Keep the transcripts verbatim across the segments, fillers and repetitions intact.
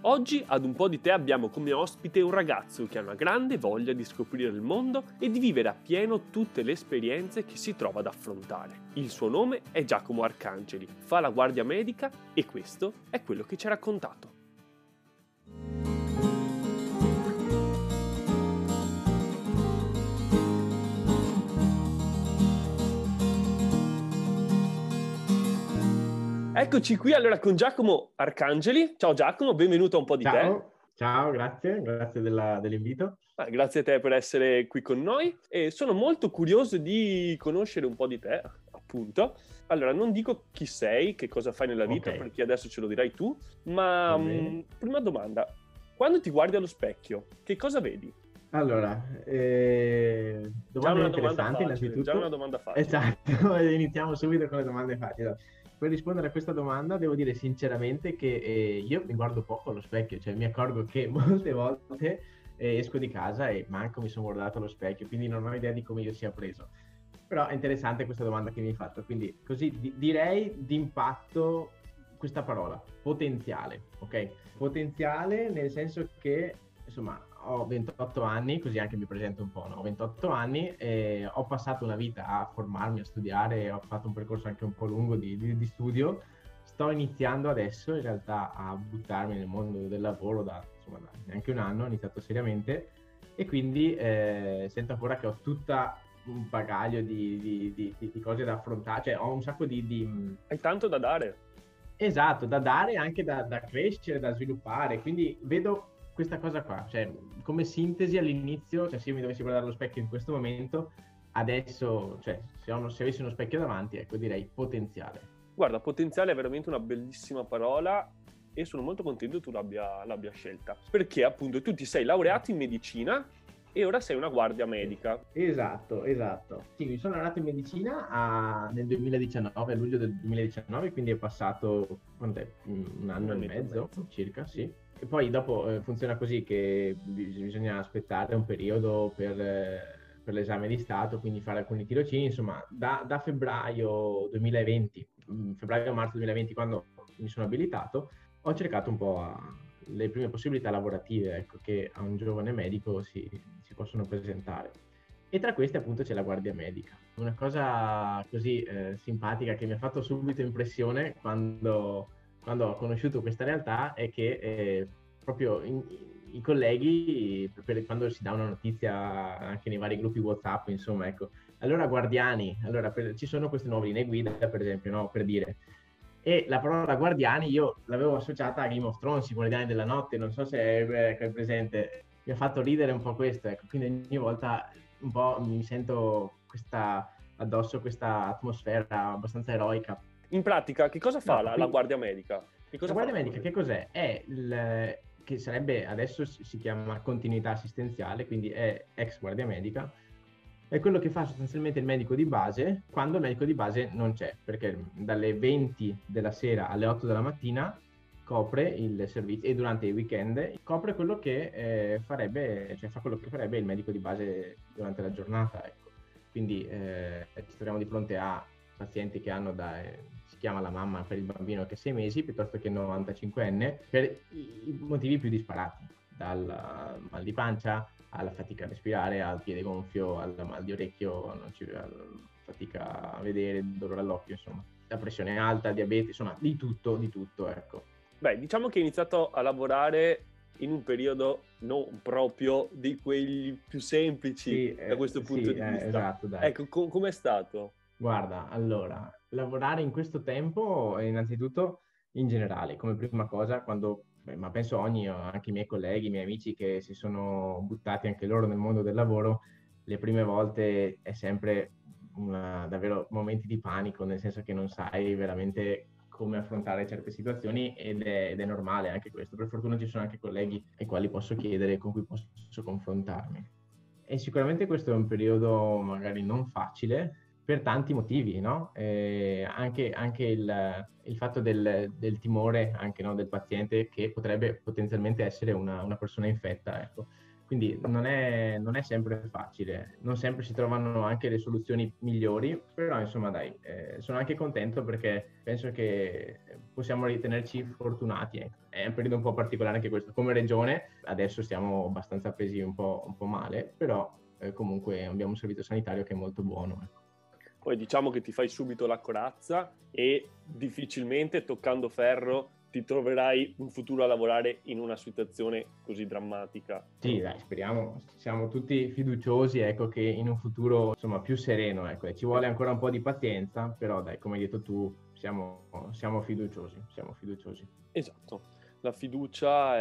Oggi ad Un po' di te abbiamo come ospite un ragazzo che ha una grande voglia di scoprire il mondo e di vivere appieno tutte le esperienze che si trova ad affrontare. Il suo nome è Giacomo Arcangeli, fa la guardia medica e questo è quello che ci ha raccontato. Eccoci qui allora con Giacomo Arcangeli. Ciao Giacomo, benvenuto a Un po' di Ciao, te. ciao, grazie, grazie della- dell'invito. Ah, grazie a te per essere qui con noi e sono molto curioso di conoscere un po' di te, appunto. Allora, non dico chi sei, che cosa fai nella vita, Ok. perché adesso ce lo dirai tu, ma Va bene. mh, prima domanda, quando ti guardi allo specchio, che cosa vedi? Allora, eh, Già domande una domanda interessanti facile, innanzitutto. già una domanda facile. Esatto, iniziamo subito con le domande facili. Allora, per rispondere a questa domanda devo dire sinceramente che eh, io mi guardo poco allo specchio, cioè mi accorgo che molte volte eh, esco di casa e manco mi sono guardato allo specchio, quindi non ho idea di come io sia preso. Però è interessante questa domanda che mi hai fatto, quindi così di- direi d'impatto questa parola, potenziale, ok? Potenziale nel senso che, insomma, ho ventotto anni, così anche mi presento un po', no? Ho ventotto anni e ho passato una vita a formarmi, a studiare, ho fatto un percorso anche un po' lungo di, di, di studio. Sto iniziando adesso in realtà a buttarmi nel mondo del lavoro da, insomma, da neanche un anno, ho iniziato seriamente e quindi eh, sento ancora che ho tutta un bagaglio di, di, di, di- di cose da affrontare, cioè ho un sacco di, di, Hai tanto da dare. esatto, da dare e anche da, da crescere, da sviluppare, quindi vedo questa cosa qua, cioè come sintesi all'inizio, cioè se io mi dovessi guardare allo specchio in questo momento, adesso, cioè se, ho uno- se avessi uno specchio davanti, ecco direi potenziale. Guarda, potenziale è veramente una bellissima parola e sono molto contento che tu l'abbia, l'abbia scelta, perché appunto tu ti sei laureato in medicina e ora sei una guardia medica. Esatto, esatto. Sì, mi sono laureato in medicina a- nel duemiladiciannove, a luglio del duemiladiciannove, quindi è passato quant'è? un anno e annetto e mezzo, mezzo. circa, sì. E poi dopo eh, funziona così che bis- bisogna aspettare un periodo per, eh, per l'esame di Stato, quindi fare alcuni tirocini, insomma, da, da febbraio duemilaventi, mm, febbraio-marzo duemilaventi, quando mi sono abilitato, ho cercato un po' a- le prime possibilità lavorative, ecco, che a un giovane medico si, si possono presentare. E tra queste appunto c'è la guardia medica. Una cosa così eh, simpatica che mi ha fatto subito impressione quando, quando ho conosciuto questa realtà è che eh, proprio in- i colleghi, per, quando si dà una notizia anche nei vari gruppi WhatsApp, insomma, ecco, allora guardiani, allora per- ci sono queste nuove linee guida, per esempio, no? Per dire. E la parola guardiani io l'avevo associata a Game of Thrones, i guardiani della notte, non so se è, è presente, mi ha fatto ridere un po' questo, ecco, quindi ogni volta un po' mi sento questa, addosso questa atmosfera abbastanza eroica. In pratica, che cosa fa No, la, la quindi, guardia medica? Che la cosa fa guardia la guardia medica che medica? cos'è? È il, che sarebbe, adesso si si chiama continuità assistenziale, quindi è ex guardia medica, è quello che fa sostanzialmente il medico di base quando il medico di base non c'è, perché dalle venti della sera alle otto della mattina copre il servizio e durante i weekend copre quello che eh, farebbe, cioè fa quello che farebbe il medico di base durante la giornata, ecco. Quindi eh, ci troviamo di fronte a pazienti che hanno da, eh, si chiama la mamma per il bambino che è sei mesi, piuttosto che novantacinquenne, per i, i motivi più disparati, dal mal di pancia alla fatica a respirare, al piede gonfio, al mal di orecchio, non ci, alla fatica a vedere, dolore all'occhio, insomma, la pressione alta, il diabete, insomma, di tutto, di tutto, ecco. Beh, diciamo che hai iniziato a lavorare in un periodo non proprio di quelli più semplici Sì, da eh, questo punto sì, di eh, vista. esatto, dai. Ecco, com- com'è stato? Guarda, allora, lavorare in questo tempo, eh, innanzitutto in generale, come prima cosa, quando, beh, ma penso ogni, anche i miei colleghi, i miei amici che si sono buttati anche loro nel mondo del lavoro, le prime volte è sempre una, davvero momenti di panico, nel senso che non sai veramente come affrontare certe situazioni ed è, ed è normale anche questo. Per fortuna ci sono anche colleghi ai quali posso chiedere, con cui posso confrontarmi. E sicuramente questo è un periodo magari non facile per tanti motivi, no? Eh, anche anche il, il fatto del, del timore anche, no, del paziente che potrebbe potenzialmente essere una, una persona infetta, ecco. Quindi non è, non è sempre facile, non sempre si trovano anche le soluzioni migliori, però insomma dai, eh, sono anche contento perché penso che possiamo ritenerci fortunati. Eh. È un periodo un po' particolare anche questo. Come regione adesso stiamo abbastanza presi un po', un po' male, però eh, comunque abbiamo un servizio sanitario che è molto buono. Ecco. Poi diciamo che ti fai subito la corazza e difficilmente, toccando ferro, ti troverai in futuro a lavorare in una situazione così drammatica. Sì, dai, speriamo, siamo tutti fiduciosi, ecco, che in un futuro, insomma, più sereno, ecco, ci vuole ancora un po' di pazienza, però dai, come hai detto tu, siamo, siamo fiduciosi, siamo fiduciosi. Esatto, la fiducia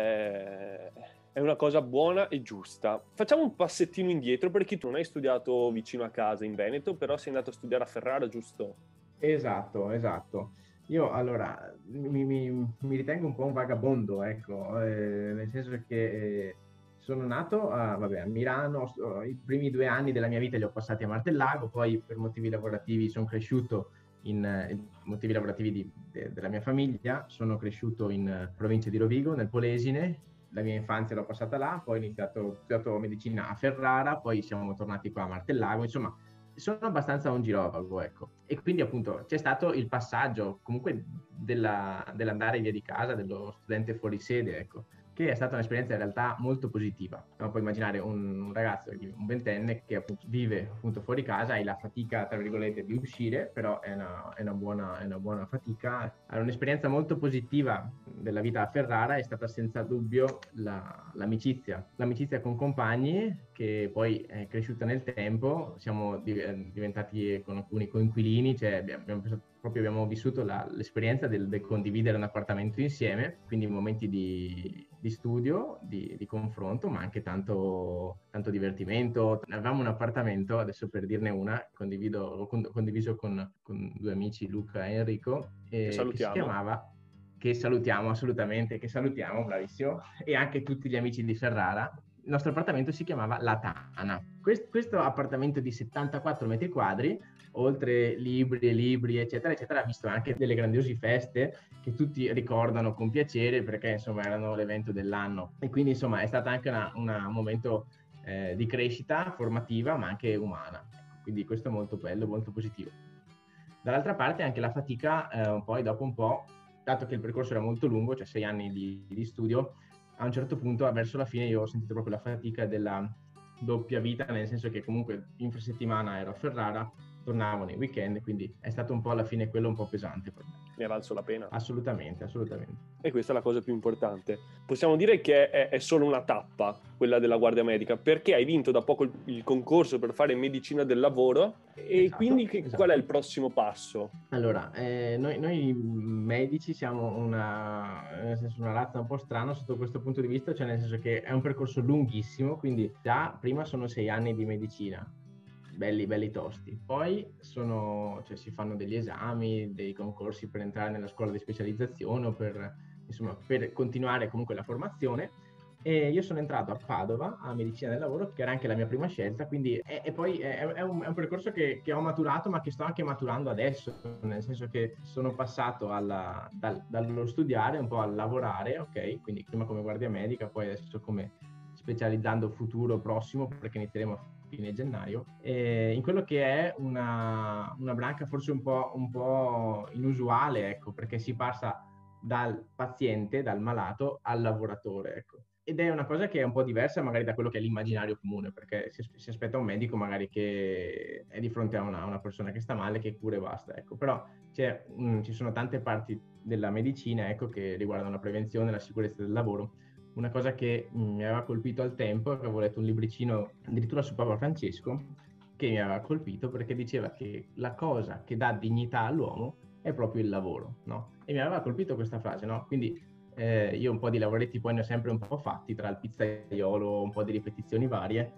è, è una cosa buona e giusta. Facciamo un passettino indietro, perché tu non hai studiato vicino a casa in Veneto, però sei andato a studiare a Ferrara, giusto? Esatto, esatto. Io allora mi, mi, mi ritengo un po' un vagabondo, ecco, eh, nel senso che eh, sono nato a, vabbè, a Milano, sto- i primi due anni della mia vita li ho passati a Martellago, poi per motivi lavorativi sono cresciuto in, eh, motivi lavorativi di- de- della mia famiglia, sono cresciuto in eh, provincia di Rovigo, nel Polesine, la mia infanzia l'ho passata là, poi ho iniziato, ho studiato medicina a Ferrara, poi siamo tornati qua a Martellago, insomma sono abbastanza un girovago, ecco. E quindi appunto c'è stato il passaggio comunque della, dell'andare via di casa, dello studente fuori sede, ecco, che è stata un'esperienza in realtà molto positiva. No, puoi immaginare un, un ragazzo, un ventenne che appunto vive appunto fuori casa, hai la fatica, tra virgolette, di uscire, però è una, è una, buona, è una buona fatica. Allora, un'esperienza molto positiva della vita a Ferrara è stata senza dubbio la, l'amicizia, l'amicizia con compagni che poi è cresciuta nel tempo, siamo diventati con alcuni coinquilini, cioè abbiamo, abbiamo proprio abbiamo vissuto la, l'esperienza del, del condividere un appartamento insieme, quindi momenti di, di studio, di, di confronto, ma anche tanto, tanto divertimento. Avevamo un appartamento, adesso per dirne una, condivido, l'ho condiviso con, con due amici, Luca e Enrico, eh, Che che si salutiamo. chiamava, che salutiamo assolutamente, che salutiamo, bravissimo, e anche tutti gli amici di Ferrara. Il nostro appartamento si chiamava La Tana. Quest, questo appartamento di settantaquattro metri quadri, oltre libri e libri, eccetera, eccetera, ha visto anche delle grandiose feste che tutti ricordano con piacere perché, insomma, erano l'evento dell'anno. E quindi, insomma, è stato anche una, una, un momento eh, di crescita formativa, ma anche umana. Quindi questo è molto bello, molto positivo. Dall'altra parte anche la fatica, eh, poi dopo un po', dato che il percorso era molto lungo, cioè sei anni di, di studio, a un certo punto, verso la fine, io ho sentito proprio la fatica della doppia vita, nel senso che comunque infrasettimana ero a Ferrara, tornavo nei weekend, quindi è stato un po' alla fine quello un po' pesante per me. Ne ha valso la pena? Assolutamente, assolutamente. E questa è la cosa più importante. Possiamo dire che è, è solo una tappa, quella della guardia medica, perché hai vinto da poco il, il concorso per fare medicina del lavoro e Esatto, quindi che, esatto. qual è il prossimo passo? Allora, eh, noi, noi medici siamo una, nel senso, una razza un po' strana sotto questo punto di vista, cioè nel senso che è un percorso lunghissimo, quindi già prima sono sei anni di medicina, belli, belli tosti. Poi sono, cioè, si fanno degli esami, dei concorsi per entrare nella scuola di specializzazione o per, insomma, per continuare comunque la formazione. E io sono entrato a Padova a medicina del lavoro, che era anche la mia prima scelta, quindi e, e poi è, è, un, è un percorso che, che ho maturato, ma che sto anche maturando adesso, nel senso che sono passato alla, dal, dallo studiare un po' al lavorare, ok? Quindi prima come guardia medica, poi adesso come specializzando futuro prossimo, perché inizieremo a fine gennaio, e in quello che è una, una branca forse un po', un po' inusuale, ecco, perché si passa dal paziente, dal malato, al lavoratore, ecco. Ed è una cosa che è un po' diversa magari da quello che è l'immaginario comune, perché si, si aspetta un medico magari che è di fronte a una, una persona che sta male, che cura e basta, ecco. Però c'è, mh, ci sono tante parti della medicina, ecco, che riguardano la prevenzione, la sicurezza del lavoro. Una cosa che mh, mi aveva colpito al tempo, avevo letto un libricino addirittura su Papa Francesco, che mi aveva colpito perché diceva che la cosa che dà dignità all'uomo è proprio il lavoro, no? E mi aveva colpito questa frase, no? Quindi eh, io un po' di lavoretti poi ne ho sempre un po' fatti, tra il pizzaiolo, un po' di ripetizioni varie.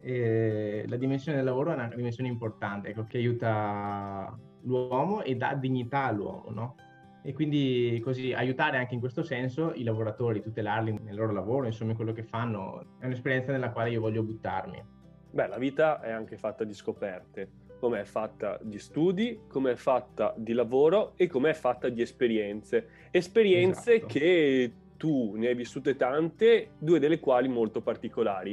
E la dimensione del lavoro è una dimensione importante, ecco, che aiuta l'uomo e dà dignità all'uomo, no? E quindi così aiutare anche in questo senso i lavoratori, tutelarli nel loro lavoro, insomma in quello che fanno, è un'esperienza nella quale io voglio buttarmi. Beh, la vita è anche fatta di scoperte, come è fatta di studi, come è fatta di lavoro e come è fatta di esperienze. Esperienze Esatto. che tu ne hai vissute tante, due delle quali molto particolari.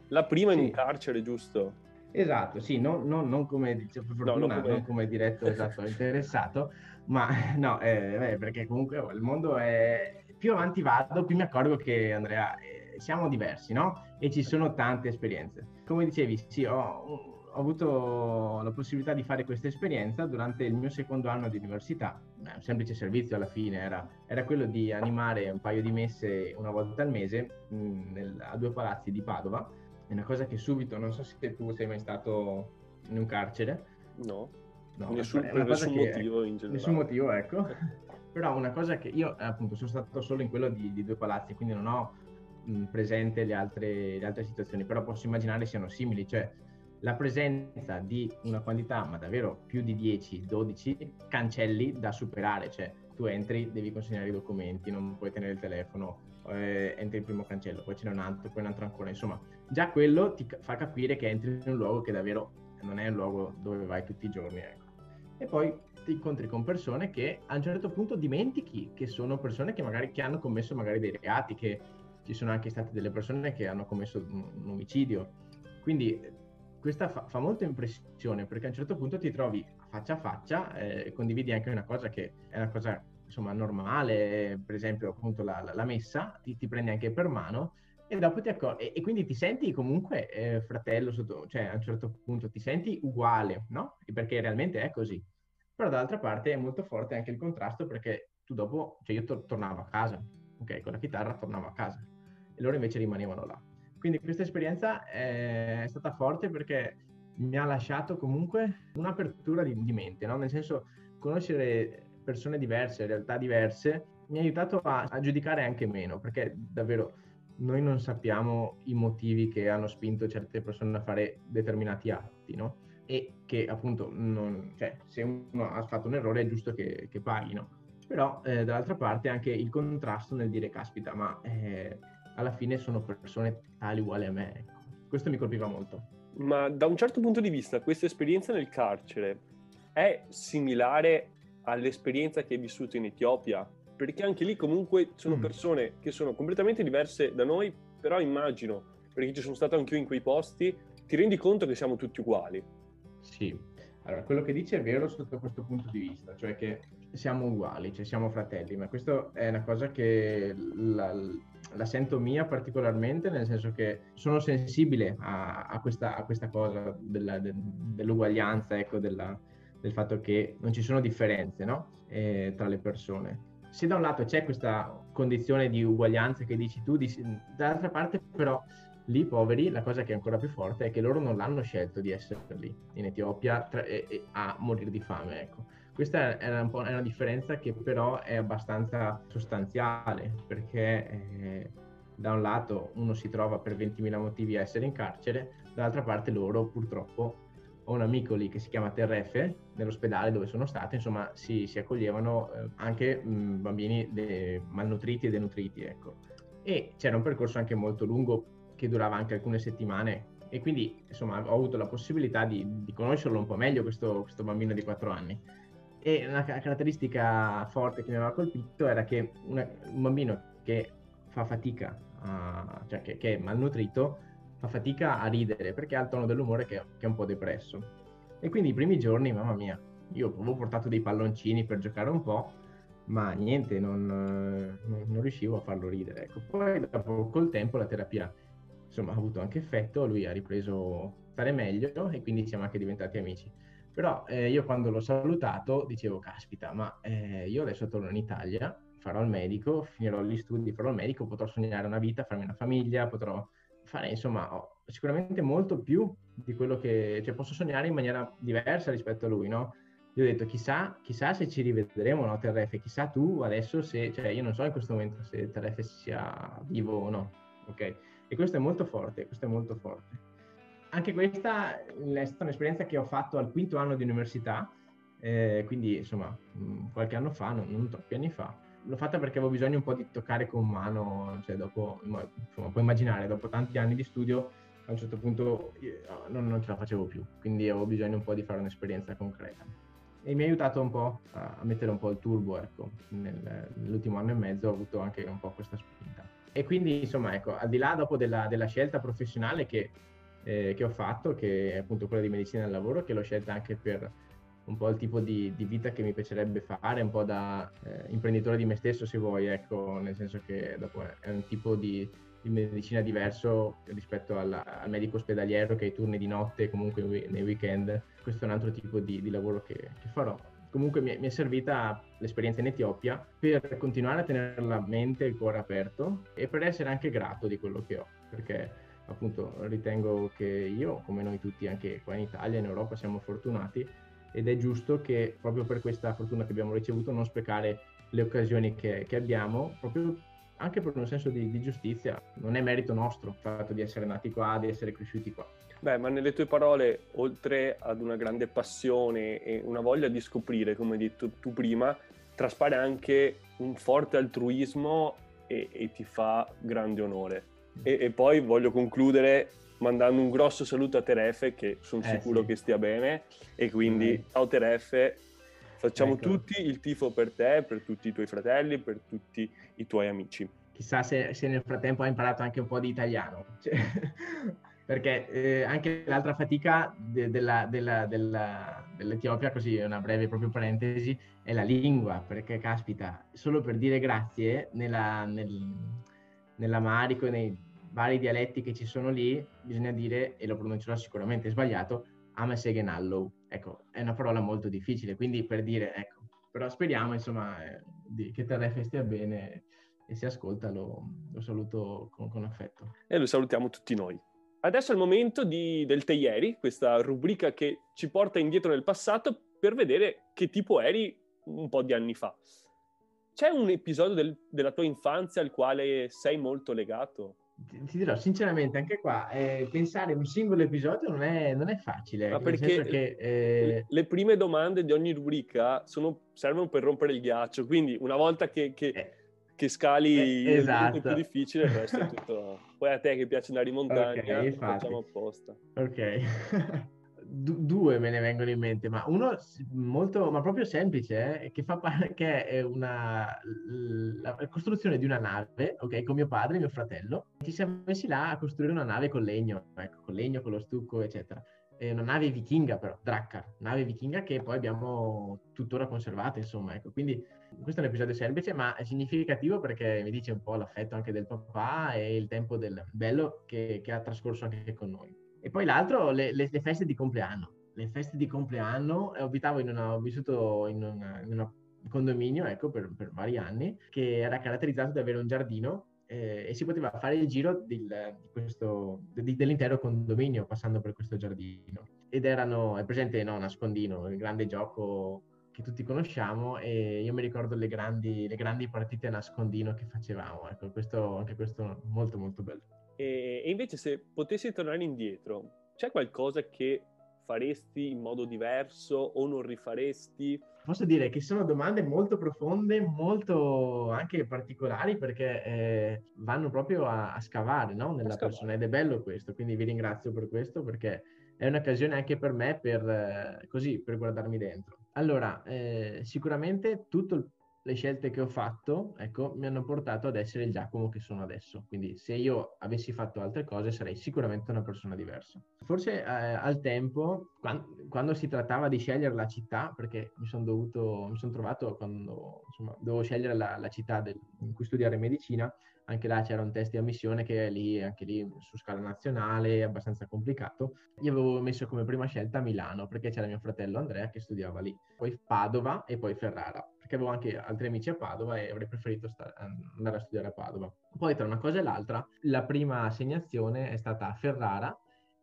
La prima in un Sì. carcere, giusto? Esatto, sì, non, non- non come, dice, per No, non fortuna, come... non come diretto, esatto, interessato, ma no, eh, beh, perché comunque oh, il mondo è... Più avanti vado, più mi accorgo che, Andrea, eh, siamo diversi, no? E ci sono tante esperienze. Come dicevi, sì, ho, ho avuto la possibilità di fare questa esperienza durante il mio secondo anno di università. Beh, un semplice servizio alla fine, era, era quello di animare un paio di messe una volta al mese mh, nel- a due palazzi di Padova. È una cosa che subito, non so se tu sei mai stato in un carcere, No, no, nessun, è per una cosa nessun che, motivo in nessun generale. motivo, ecco, però una cosa che io appunto sono stato solo in quello di, di due palazzi, quindi non ho mh, presente le altre, le altre situazioni, però posso immaginare siano simili, cioè la presenza di una quantità, ma davvero più di dieci dodici cancelli da superare, cioè tu entri, devi consegnare i documenti, non puoi tenere il telefono, eh, entri il primo cancello, poi ce n'è un altro, poi un altro ancora, insomma, già quello ti fa capire che entri in un luogo che davvero non è un luogo dove vai tutti i giorni, ecco. E poi ti incontri con persone che a un certo punto dimentichi che sono persone che magari che hanno commesso magari dei reati, che ci sono anche state delle persone che hanno commesso un, un omicidio. Quindi questa fa, fa molta impressione, perché a un certo punto ti trovi faccia a faccia eh, e condividi anche una cosa che è una cosa insomma normale, per esempio appunto la, la, la messa, ti, ti prendi anche per mano e dopo ti accorgi, e, e quindi ti senti comunque eh, fratello, sotto, cioè a un certo punto ti senti uguale, no? Perché realmente è così. Però dall'altra parte è molto forte anche il contrasto perché tu dopo, cioè io to- tornavo a casa, ok, con la chitarra tornavo a casa e loro invece rimanevano là. Quindi questa esperienza è stata forte perché mi ha lasciato comunque un'apertura di, di mente, no? Nel senso, conoscere persone diverse, realtà diverse, mi ha aiutato a, a giudicare anche meno, perché davvero noi non sappiamo i motivi che hanno spinto certe persone a fare determinati atti, no? E che appunto, non, cioè, se uno ha fatto un errore è giusto che, che paghi, no? Però eh, dall'altra parte anche il contrasto nel dire, caspita, ma eh, alla fine sono persone tali uguali a me, ecco. Questo mi colpiva molto. Ma da un certo punto di vista, questa esperienza nel carcere è similare all'esperienza che hai vissuto in Etiopia? Perché anche lì comunque sono Mm. persone che sono completamente diverse da noi, però immagino, perché ci sono stato anch'io in quei posti, ti rendi conto che siamo tutti uguali. Sì, allora quello che dice è vero sotto questo punto di vista, cioè che siamo uguali, cioè siamo fratelli, ma questo è una cosa che la, la sento mia particolarmente, nel senso che sono sensibile a, a questa, a questa cosa della, de, dell'uguaglianza, ecco, della, del fatto che non ci sono differenze, no? Eh, tra le persone. Se da un lato c'è questa condizione di uguaglianza che dici tu, di, dall'altra parte però lì poveri, la cosa che è ancora più forte è che loro non l'hanno scelto di essere lì in Etiopia tra, e, e, a morire di fame, ecco. Questa è, un po', è una differenza che però è abbastanza sostanziale, perché eh, da un lato uno si trova per ventimila motivi a essere in carcere, dall'altra parte loro purtroppo, ho un amico lì che si chiama Terrefe, nell'ospedale dove sono stato, insomma si, si accoglievano eh, anche mh, bambini de- malnutriti e denutriti, ecco. E c'era un percorso anche molto lungo che durava anche alcune settimane e quindi insomma ho avuto la possibilità di, di conoscerlo un po' meglio questo, questo bambino di quattro anni. E una caratteristica forte che mi aveva colpito era che una, un bambino che fa fatica, a, cioè che, che è malnutrito, fa fatica a ridere perché ha il tono dell'umore che, che è un po' depresso. E quindi i primi giorni, mamma mia, io avevo portato dei palloncini per giocare un po', ma niente, non, non, non riuscivo a farlo ridere. Ecco. Poi dopo col tempo la terapia insomma ha avuto anche effetto, lui ha ripreso a stare meglio e quindi siamo anche diventati amici. Però eh, io quando l'ho salutato dicevo, caspita, ma eh, io adesso torno in Italia, farò il medico, finirò gli studi, farò il medico, potrò sognare una vita, farmi una famiglia, potrò fare insomma oh, sicuramente molto più di quello che, cioè posso sognare in maniera diversa rispetto a lui, no? Io ho detto, chissà, chissà se ci rivedremo, no, Terrefe, chissà tu adesso se, cioè io non so in questo momento se Terrefe sia vivo o no, ok? E questo è molto forte, questo è molto forte. Anche questa è stata un'esperienza che ho fatto al quinto anno di università, eh, quindi insomma mh, qualche anno fa, non, non troppi anni fa. L'ho fatta perché avevo bisogno un po' di toccare con mano, cioè dopo, insomma, puoi immaginare, dopo tanti anni di studio, a un certo punto io, non, non ce la facevo più, quindi avevo bisogno un po' di fare un'esperienza concreta. E mi ha aiutato un po' a, a mettere un po' il turbo, ecco, Nel, nell'ultimo anno e mezzo ho avuto anche un po' questa spinta. E quindi, insomma, ecco, al di là dopo della, della scelta professionale che, eh, che ho fatto, che è appunto quella di medicina del lavoro, che l'ho scelta anche per un po' il tipo di, di vita che mi piacerebbe fare, un po' da eh, imprenditore di me stesso, se vuoi, ecco, nel senso che dopo è un tipo di, di medicina diverso rispetto alla, al medico ospedaliero che ha i turni di notte, comunque nei weekend. Questo è un altro tipo di, di lavoro che, che farò. Comunque mi è, mi è servita l'esperienza in Etiopia per continuare a tenere la mente e il cuore aperto e per essere anche grato di quello che ho, perché appunto ritengo che io, come noi tutti anche qua in Italia, in Europa, siamo fortunati ed è giusto che proprio per questa fortuna che abbiamo ricevuto non sprecare le occasioni che, che abbiamo, proprio anche per un senso di, di giustizia. Non è merito nostro il fatto di essere nati qua, di essere cresciuti qua. Beh, ma nelle tue parole, oltre ad una grande passione e una voglia di scoprire, come hai detto tu prima, traspare anche un forte altruismo e, e ti fa grande onore. E, e poi voglio concludere mandando un grosso saluto a Terefe, che sono Eh, sicuro sì. che stia bene, e quindi Dai. ciao Terefe, facciamo Ecco. tutti il tifo per te, per tutti i tuoi fratelli, per tutti i tuoi amici. Chissà se, se nel frattempo ha imparato anche un po' di italiano, cioè, perché eh, anche l'altra fatica de, della, della, della, dell'Etiopia, così una breve proprio parentesi, è la lingua, perché caspita, solo per dire grazie nella, nel, nell'amarico e nei vari dialetti che ci sono lì, bisogna dire, e lo pronuncerò sicuramente sbagliato, Amasegenallo. Ecco, è una parola molto difficile, quindi per dire, ecco, però speriamo insomma eh, di, che Terefe stia bene e se ascolta lo, lo saluto con, con affetto. E lo salutiamo tutti noi. Adesso è il momento di, del Te ieri, questa rubrica che ci porta indietro nel passato per vedere che tipo eri un po' di anni fa. C'è un episodio del, della tua infanzia al quale sei molto legato? Ti, ti dirò, sinceramente, anche qua, eh, pensare un singolo episodio non è, non è facile, Ma nel senso perché che... Eh... le prime domande di ogni rubrica sono, servono per rompere il ghiaccio, quindi una volta che, che, Eh, che scali eh, il momento più esatto. difficile, il resto è tutto... Poi a te che piace andare in Ok, montagna, lo infatti. facciamo apposta. Ok. Du- due me ne vengono in mente, ma uno s- molto, ma proprio semplice, eh, che fa parte, che è una, l- la costruzione di una nave, ok, con mio padre e mio fratello. Ci siamo messi là a costruire una nave con legno, ecco, con legno, con lo stucco, eccetera. È una nave vichinga però, Drakkar, nave vichinga che poi abbiamo tuttora conservata, insomma, ecco. Quindi questo è un episodio semplice, ma è significativo perché mi dice un po' l'affetto anche del papà e il tempo del bello che, che ha trascorso anche con noi. E poi l'altro, le, le, le feste di compleanno. Le feste di compleanno, eh, abitavo in una, ho vissuto in, una, in una condominio, ecco, per, per vari anni, che era caratterizzato da avere un giardino eh, e si poteva fare il giro del, di questo, di, dell'intero condominio passando per questo giardino. Ed erano, è presente, no, nascondino, il grande gioco che tutti conosciamo e io mi ricordo le grandi, le grandi partite a nascondino che facevamo, ecco, questo, anche questo molto molto bello. E, e invece se potessi tornare indietro, c'è qualcosa che faresti in modo diverso o non rifaresti? Posso dire che sono domande molto profonde, molto anche particolari perché eh, vanno proprio a, a scavare, no? Nella persona ed è bello questo, quindi vi ringrazio per questo perché è un'occasione anche per me per, eh, così, per guardarmi dentro. Allora, eh, sicuramente tutte le scelte che ho fatto, ecco, mi hanno portato ad essere il Giacomo che sono adesso. Quindi se io avessi fatto altre cose sarei sicuramente una persona diversa. Forse eh, al tempo, quando, quando si trattava di scegliere la città, perché mi sono dovuto, mi sono trovato quando insomma, dovevo scegliere la, la città del, in cui studiare medicina, anche là c'era un test di ammissione che è lì, anche lì su scala nazionale, è abbastanza complicato. Io avevo messo come prima scelta Milano, perché c'era mio fratello Andrea che studiava lì, poi Padova e poi Ferrara, perché avevo anche altri amici a Padova e avrei preferito stare, andare a studiare a Padova. Poi tra una cosa e l'altra, la prima assegnazione è stata a Ferrara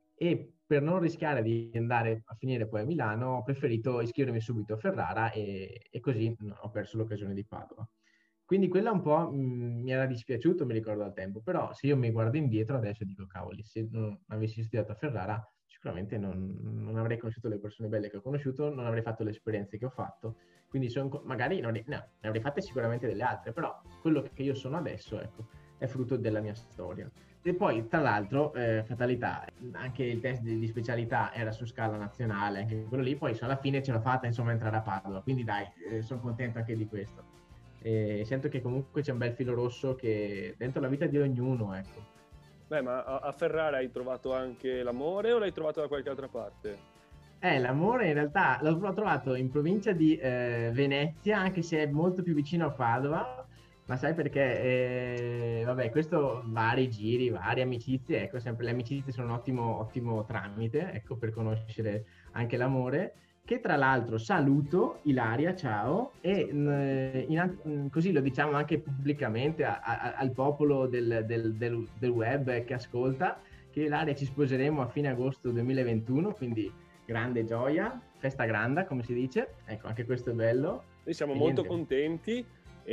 e per non rischiare di andare a finire poi a Milano ho preferito iscrivermi subito a Ferrara e, e così ho perso l'occasione di Padova. Quindi quella un po' mh, mi era dispiaciuto, mi ricordo al tempo, però se io mi guardo indietro adesso dico cavoli, se non avessi studiato a Ferrara sicuramente non, non avrei conosciuto le persone belle che ho conosciuto, non avrei fatto le esperienze che ho fatto, quindi son, magari non, no, ne avrei fatte sicuramente delle altre, però quello che io sono adesso ecco, è frutto della mia storia. E poi, tra l'altro, eh, fatalità, anche il test di, di specialità era su scala nazionale, anche quello lì, poi alla fine ce l'ho fatta insomma entrare a Padova, quindi dai, eh, sono contento anche di questo. e sento che comunque c'è un bel filo rosso che dentro la vita di ognuno, ecco. Beh, ma a, a Ferrara hai trovato anche l'amore o l'hai trovato da qualche altra parte? Eh, l'amore in realtà l'ho l'ho trovato in provincia di eh, Venezia, anche se è molto più vicino a Padova, ma sai perché? Eh, vabbè, questo vari giri, varie amicizie, ecco, sempre le amicizie sono un ottimo, ottimo tramite, ecco, per conoscere anche l'amore, che tra l'altro saluto, Ilaria, ciao, e mh, in an- mh, così lo diciamo anche pubblicamente a- a- al popolo del, del- del- del web che ascolta, che Ilaria ci sposeremo a fine agosto duemilaventuno, quindi grande gioia, festa grande, come si dice. Ecco, anche questo è bello. Noi siamo E molto niente. contenti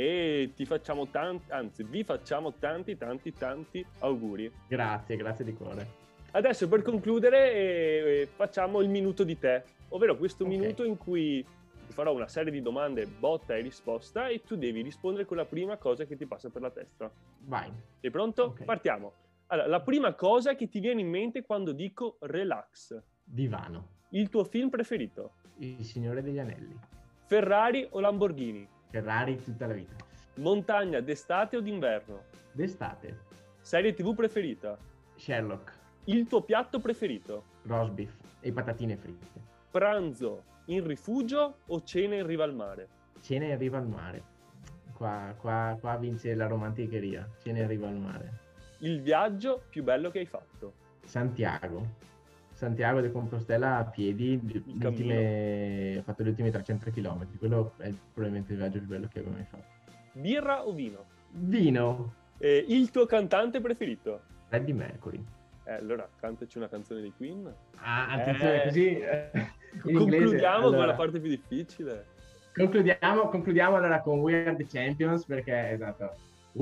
e ti facciamo tanti, anzi vi facciamo tanti tanti tanti auguri. Grazie, grazie di cuore. Adesso per concludere eh, facciamo il minuto di te, ovvero questo Ok. minuto in cui ti farò una serie di domande botta e risposta e tu devi rispondere con la prima cosa che ti passa per la testa. Vai. Sei pronto? Ok. Partiamo. Allora, la prima cosa che ti viene in mente quando dico relax. Divano. Il tuo film preferito? Il Signore degli Anelli. Ferrari o Lamborghini? Ferrari tutta la vita. Montagna d'estate o d'inverno? D'estate. Serie tivù preferita? Sherlock. Il tuo piatto preferito? Roast beef e patatine fritte. Pranzo in rifugio o cena in riva al mare? Cena in riva al mare. Qua, qua, qua vince la romanticheria. Cena in riva al mare. Il viaggio più bello che hai fatto? Santiago. Santiago de Compostela a piedi, gli ultime... ho fatto gli ultimi trecento chilometri. Quello è probabilmente il viaggio più bello che avevo mai fatto. Birra o vino? Vino. Eh, il tuo cantante preferito? Freddie Mercury. Eh, allora cantaci una canzone di Queen. Ah, attenzione, Eh, così eh, in Concludiamo inglese. con Allora, la parte più difficile. concludiamo, concludiamo allora con We Are the Champions, perché esatto.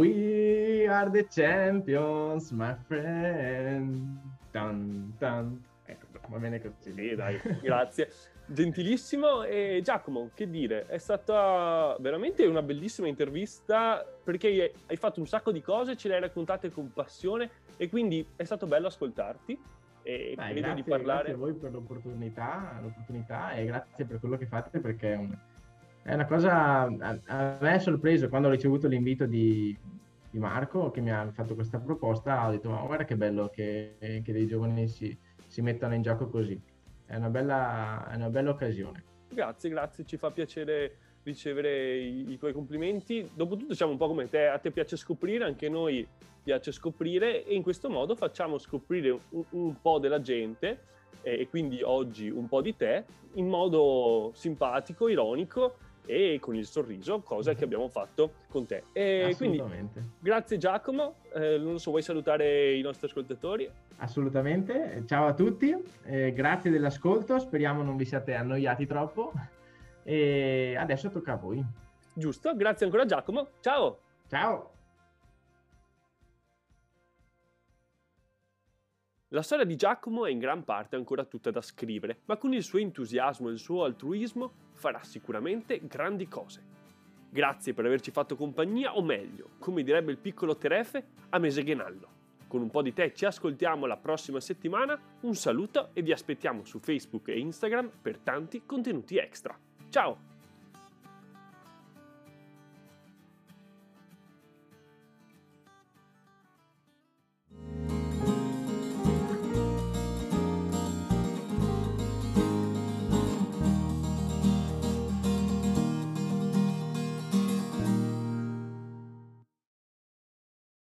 We are the champions, my friend. Dun, dun. Ecco, va bene così. Sì, dai, grazie. Gentilissimo. E Giacomo, che dire, è stata veramente una bellissima intervista perché hai fatto un sacco di cose, ce le hai raccontate con passione e quindi è stato bello ascoltarti e Dai, credo grazie, di parlare. grazie a voi per l'opportunità, l'opportunità e grazie per quello che fate perché è, un- è una cosa, a, a me è sorpreso quando ho ricevuto l'invito di, di Marco che mi ha fatto questa proposta, ho detto ma guarda che bello che, che dei giovani si, si mettano in gioco così, è una bella, è una bella occasione. Grazie, grazie, ci fa piacere ricevere i, i tuoi complimenti. Dopotutto siamo un po' come te, a te piace scoprire, anche a noi piace scoprire e in questo modo facciamo scoprire un, un po' della gente eh, e quindi oggi un po' di te in modo simpatico, ironico e con il sorriso, cosa che abbiamo fatto con te. E quindi Assolutamente. grazie Giacomo, eh, non so, vuoi salutare i nostri ascoltatori? Assolutamente, ciao a tutti, eh, grazie dell'ascolto, speriamo non vi siate annoiati troppo e adesso tocca a voi. Giusto, grazie ancora Giacomo, ciao! Ciao! La storia di Giacomo è in gran parte ancora tutta da scrivere, ma con il suo entusiasmo e il suo altruismo farà sicuramente grandi cose. Grazie per averci fatto compagnia, o meglio, come direbbe il piccolo Terefe, a Meseghenallo. Con un po' di te ci ascoltiamo la prossima settimana, un saluto e vi aspettiamo su Facebook e Instagram per tanti contenuti extra. Ciao!